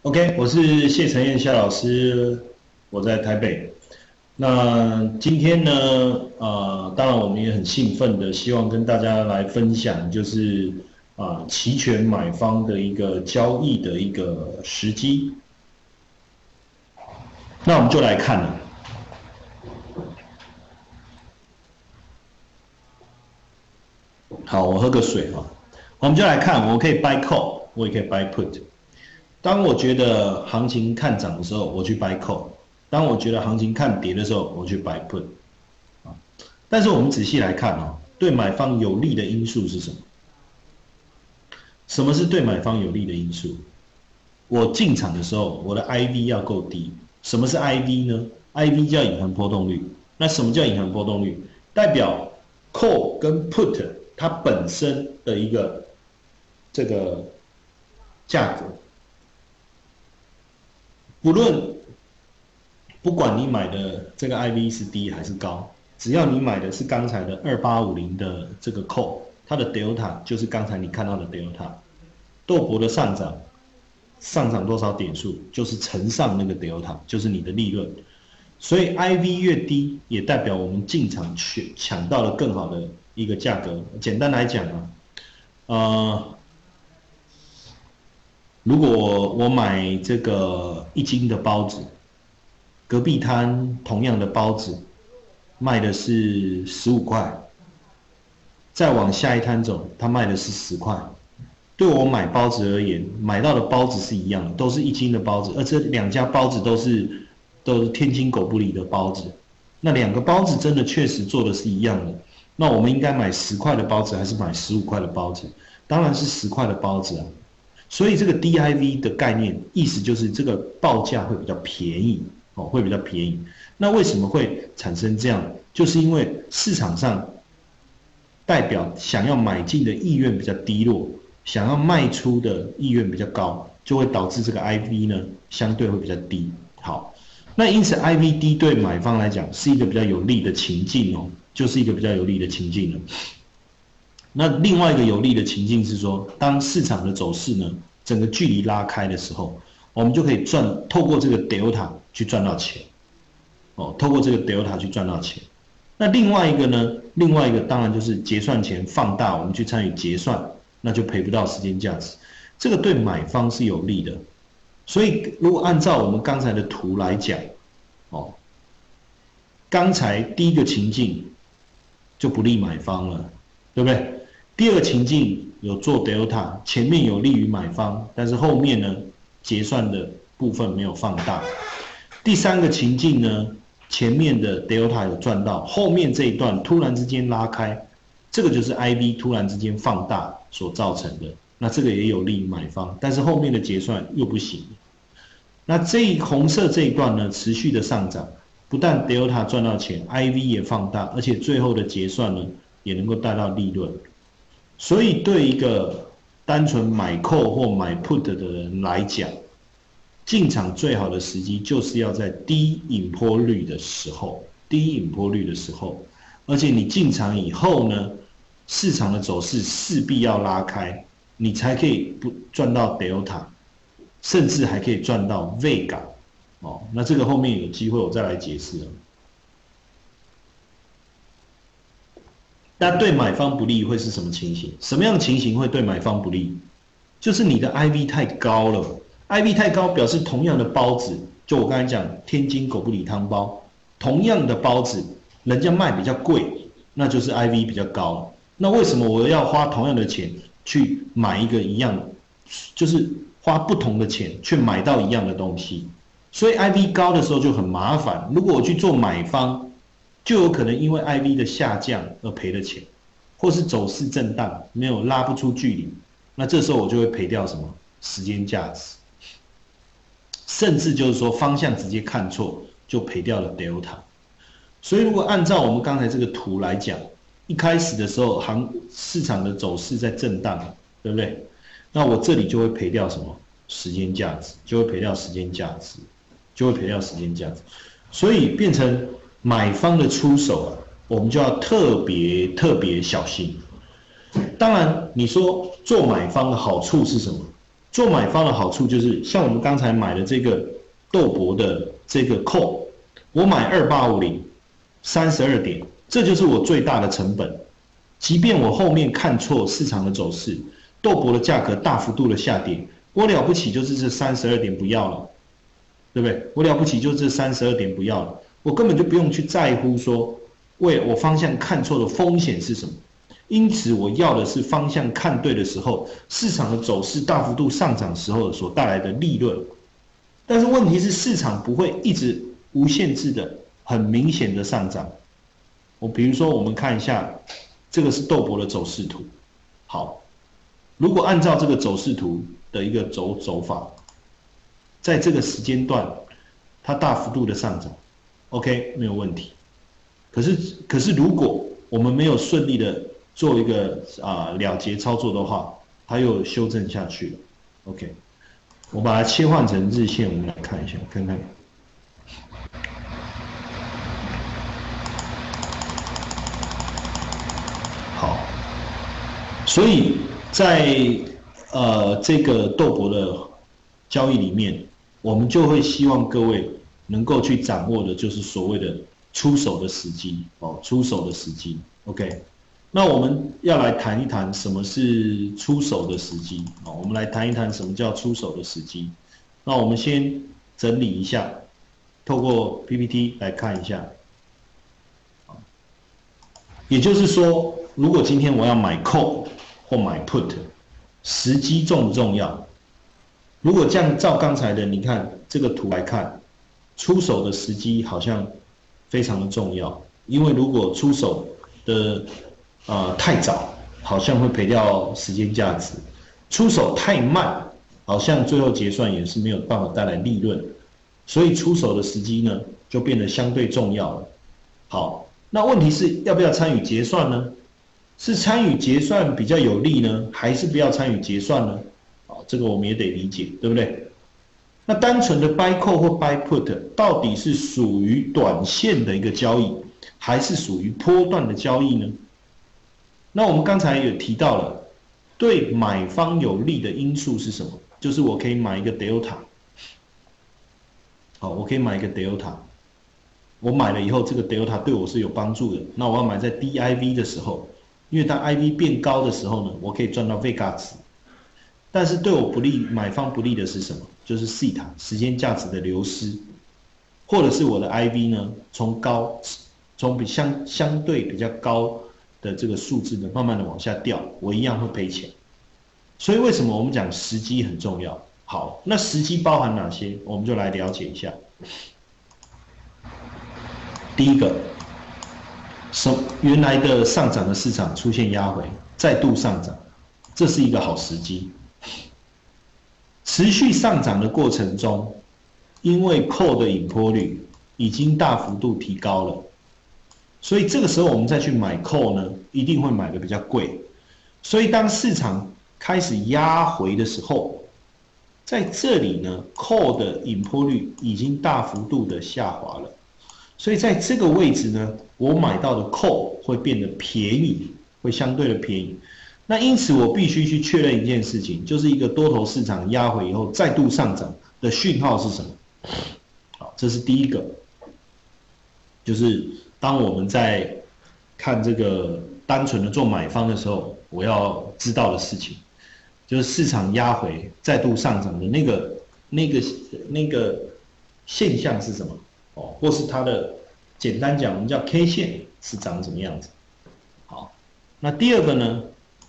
OK，我是谢承彦夏老师，我在台北。那今天呢，当然我们也很兴奋的，希望跟大家来分享，就是期权买方的一个交易的一个时机。那我们就来看了。好，我喝个水哈。我们就来看，我可以 buy call，我也可以 buy put。当我觉得行情看涨的时候，我去 buy call；当我觉得行情看跌的时候，我去 buy put。但是我们仔细来看啊，对买方有利的因素是什么？什么是对买方有利的因素？我进场的时候，我的 IV 要够低。什么是 IV 呢？IV 叫隐含波动率。那什么叫隐含波动率？代表 call 跟 put 它本身的一个这个价格，不管你买的这个 IV 是低还是高，只要你买的是刚才的2850的这个 call， 它的 delta 就是刚才你看到的 delta， 豆粕的上涨多少点数，就是乘上那个 delta， 就是你的利润。所以 IV 越低，也代表我们进场抢到了更好的一个价格。简单来讲如果我买这个1斤的包子，隔壁摊同样的包子卖的是15块，再往下一摊走，他卖的是10块。对我买包子而言，买到的包子是一样的，都是1斤的包子，而这2家包子都是天津狗不理的包子。那2个包子真的确实做的是一样的，那我们应该买10块的包子还是买15块的包子？当然是10块的包子啊。所以这个 DIV 的概念，意思就是这个报价会比较便宜哦，会比较便宜。那为什么会产生这样？就是因为市场上代表想要买进的意愿比较低落，想要卖出的意愿比较高，就会导致这个 IV 呢相对会比较低。好，那因此 IV 低对买方来讲是一个比较有利的情境哦，就是一个比较有利的情境了。那另外一个有利的情境是说，当市场的走势呢整个距离拉开的时候，我们就可以透过这个 delta 去赚到钱哦，透过这个 delta 去赚到钱。那另外一个呢，另外一个当然就是结算前放大，我们去参与结算，那就赔不到时间价值。这个对买方是有利的。所以如果按照我们刚才的图来讲，哦，刚才第一个情境就不利买方了，对不对？第二个情境有做 delta， 前面有利于买方，但是后面呢结算的部分没有放大。第三个情境呢，前面的 delta 有赚到，后面这一段突然之间拉开，这个就是 IV 突然之间放大所造成的。那这个也有利于买方，但是后面的结算又不行。那红色这一段呢，持续的上涨，不但 delta 赚到钱 ，IV 也放大，而且最后的结算呢也能够带到利润。所以对一个单纯买 call 或买 put 的人来讲，进场最好的时机就是要在低引波率的时候，而且你进场以后呢，市场的走势势必要拉开，你才可以不赚到 delta， 甚至还可以赚到 vega 哦。那这个后面有机会我再来解释了。那对买方不利会是什么情形？什么样的情形会对买方不利？就是你的 IV 太高了 ，IV 太高表示同样的包子，就我刚才讲天津狗不理汤包，同样的包子，人家卖比较贵，那就是 IV 比较高。那为什么我要花同样的钱去买一个一样，就是花不同的钱去买到一样的东西？所以 IV 高的时候就很麻烦。如果我去做买方，就有可能因为 IV 的下降而赔了钱，或是走势震荡没有拉不出距离，那这时候我就会赔掉什么时间价值，甚至就是说方向直接看错就赔掉了 delta。所以如果按照我们刚才这个图来讲，一开始的时候市场的走势在震荡，对不对？那我这里就会赔掉什么时间价值，就会赔掉时间价值，所以变成买方的出手我们就要特别小心。当然，你说做买方的好处是什么？ 做买方的好处就是，像我们刚才买的这个豆粕的这个 call， 我买2850，32点，这就是我最大的成本。即便我后面看错市场的走势，豆粕的价格大幅度的下跌，我了不起就是这32点不要了，对不对？我了不起就这32点不要了，我根本就不用去在乎说，我方向看错的风险是什么。因此，我要的是方向看对的时候，市场的走势大幅度上涨时候所带来的利润。但是问题是，市场不会一直无限制的、很明显的上涨。比如说，我们看一下，这个是豆粕的走势图。好，如果按照这个走势图的一个走法，在这个时间段，它大幅度的上涨 ，OK， 没有问题。可是如果我们没有顺利的做一个了结操作的话，它又修正下去了。OK， 我把它切换成日线，我们来看一下，看看。好，所以在这个豆粕的交易里面，我们就会希望各位能够去掌握的就是所谓的出手的时机哦，出手的时机。OK。那我们要来谈一谈什么是出手的时机啊？我们来谈一谈什么叫出手的时机。那我们先整理一下，透过 PPT 来看一下。也就是说，如果今天我要买 call 或买 put， 时机重不重要？如果这样照刚才的，你看这个图来看，出手的时机好像非常的重要，因为如果出手的太早，好像会赔掉时间价值；出手太慢，好像最后结算也是没有办法带来利润。所以出手的时机呢，就变得相对重要了。好，那问题是要不要参与结算呢？是参与结算比较有利呢，还是不要参与结算呢？好，这个我们也得理解，对不对？那单纯的 buy call 或 buy put 到底是属于短线的一个交易，还是属于波段的交易呢？那我们刚才有提到了，对买方有利的因素是什么？就是我可以买一个 delta， 好，我可以买一个 delta， 我买了以后，这个 delta 对我是有帮助的。那我要买在低 IV 的时候，因为当 IV 变高的时候呢，我可以赚到 Vega 值。但是对我不利，买方不利的是什么？就是 theta 时间价值的流失，或者是我的 IV 呢，从相对比较高的这个数字呢，慢慢的往下掉，我一样会赔钱。所以为什么我们讲时机很重要？好，那时机包含哪些？我们就来了解一下。第一个，原来的上涨的市场出现压回，再度上涨，这是一个好时机。持续上涨的过程中，因为 call 的引波率已经大幅度提高了，所以这个时候我们再去买 call 呢，一定会买的比较贵。所以当市场开始压回的时候，在这里呢 ，call 的引波率已经大幅度的下滑了，所以在这个位置呢，我买到的 call 会变得便宜，会相对的便宜。那因此我必须去确认一件事情，就是一个多头市场压回以后再度上涨的讯号是什么？好，这是第一个，就是当我们在看这个单纯的做买方的时候，我要知道的事情，就是市场压回再度上涨的那个现象是什么？哦，或是它的简单讲，我们叫 K 线是长什么样子？好，那第二个呢？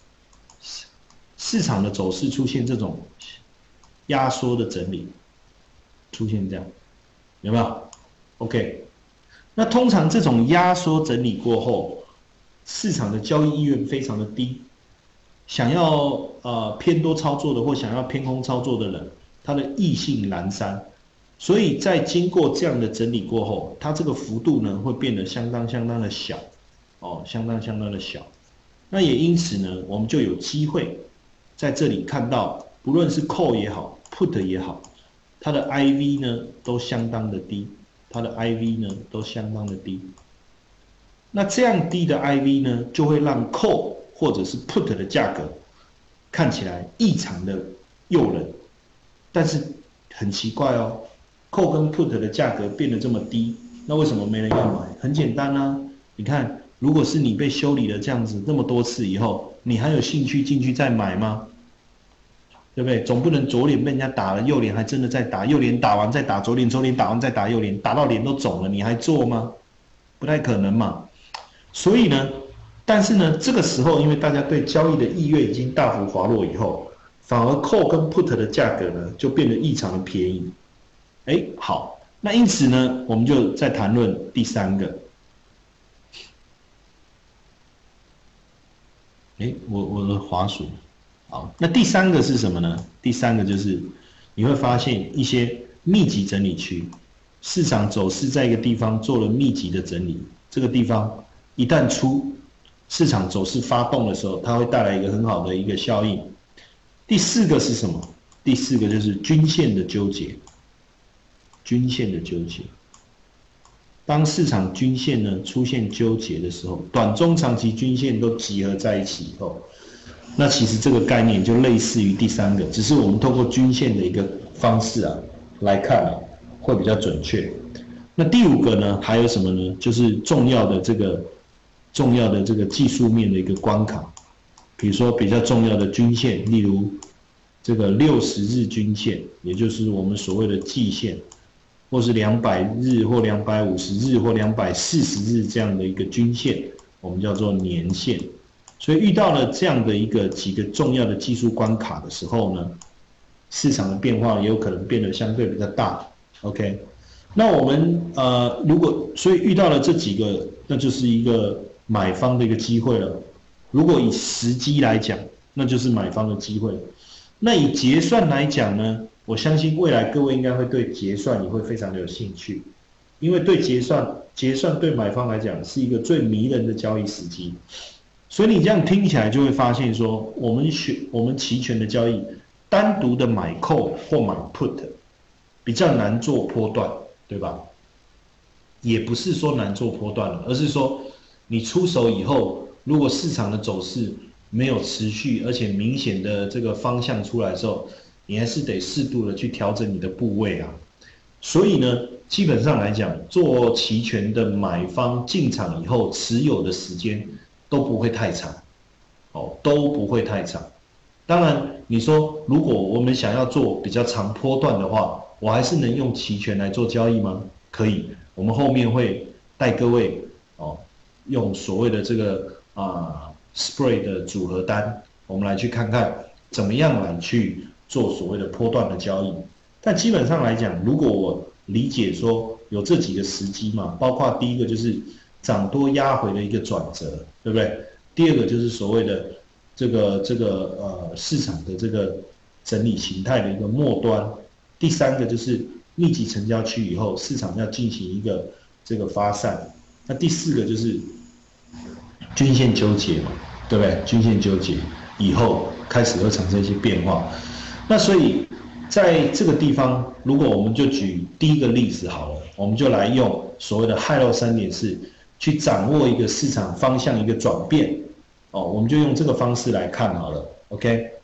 市场的走势出现这种压缩的整理，出现这样，有没有 ？OK， 那通常这种压缩整理过后，市场的交易意愿非常的低，想要偏多操作的或想要偏空操作的人，他的意兴阑珊，所以在经过这样的整理过后，它这个幅度呢会变得相当的小，哦，相当的小。那也因此呢，我们就有机会在这里看到，不论是 call 也好 ，put 也好，它的 IV 呢都相当的低，它的 IV 呢都相当的低。那这样低的 IV 呢，就会让 call 或者是 put 的价格看起来异常的诱人， 但是很奇怪哦，call 跟 put 的价格变得这么低，那为什么没人要买？很简单啊，你看，如果是你被修理了这样子那么多次以后，你还有兴趣进去再买吗？对不对？总不能左脸被人家打了，右脸还真的在打，右脸打完再打左脸，左脸打完再打右脸，打到脸都肿了，你还做吗？不太可能嘛。所以呢，但是呢，这个时候因为大家对交易的意愿已经大幅滑落以后，反而 call 跟 put 的价格呢就变得异常的便宜。哎，好，那因此呢，我们就再谈论第三个。哎，我的滑鼠。好，那第三个是什么呢？第三个就是你会发现一些密集整理区，市场走势在一个地方做了密集的整理，这个地方一旦出市场走势发动的时候，它会带来一个很好的一个效应。第四个是什么？第四个就是均线的纠结，均线的纠结。当市场均线呢出现纠结的时候，短中长期均线都集合在一起以后，那其实这个概念就类似于第三个，只是我们透过均线的一个方式啊来看啊，会比较准确。那第五个呢，还有什么呢？就是重要的这个技术面的一个关卡，比如说比较重要的均线，例如这个60日均线，也就是我们所谓的季线，或是200日或250日或240日这样的一个均线，我们叫做年线。所以遇到了这样的几个重要的技术关卡的时候呢，市场的变化也有可能变得相对比较大。OK， 那我们所以遇到了这几个，那就是一个买方的一个机会了。如果以时机来讲，那就是买方的机会。那以结算来讲呢，我相信未来各位应该会对结算也会非常的有兴趣，因为对结算对买方来讲是一个最迷人的交易时机。所以你这样听起来就会发现说，我们期权的交易，单独的买 call 或买 put 比较难做波段，对吧？也不是说难做波段了，而是说你出手以后，如果市场的走势没有持续而且明显的这个方向出来的时候，你还是得适度的去调整你的部位啊。所以呢，基本上来讲，做期权的买方进场以后持有的时间都不会太长，都不会太长。当然，你说如果我们想要做比较长波段的话，我还是能用期权来做交易吗？可以，我们后面会带各位用所谓的这个spread 的组合单，我们来去看看怎么样来去做所谓的波段的交易。但基本上来讲，如果我理解说有这几个时机嘛，包括第一个就是涨多压回的一个转折，对不对？第二个就是所谓的市场的这个整理形态的一个末端，第三个就是密集成交区以后市场要进行一个这个发散，那第四个就是均线纠结嘛，对不对？均线纠结以后开始会产生一些变化，那所以在这个地方，如果我们就举第一个例子好了，我们就来用所谓的骇漏3.4去掌握一个市场方向一个转变，我们就用这个方式来看好了 ，OK。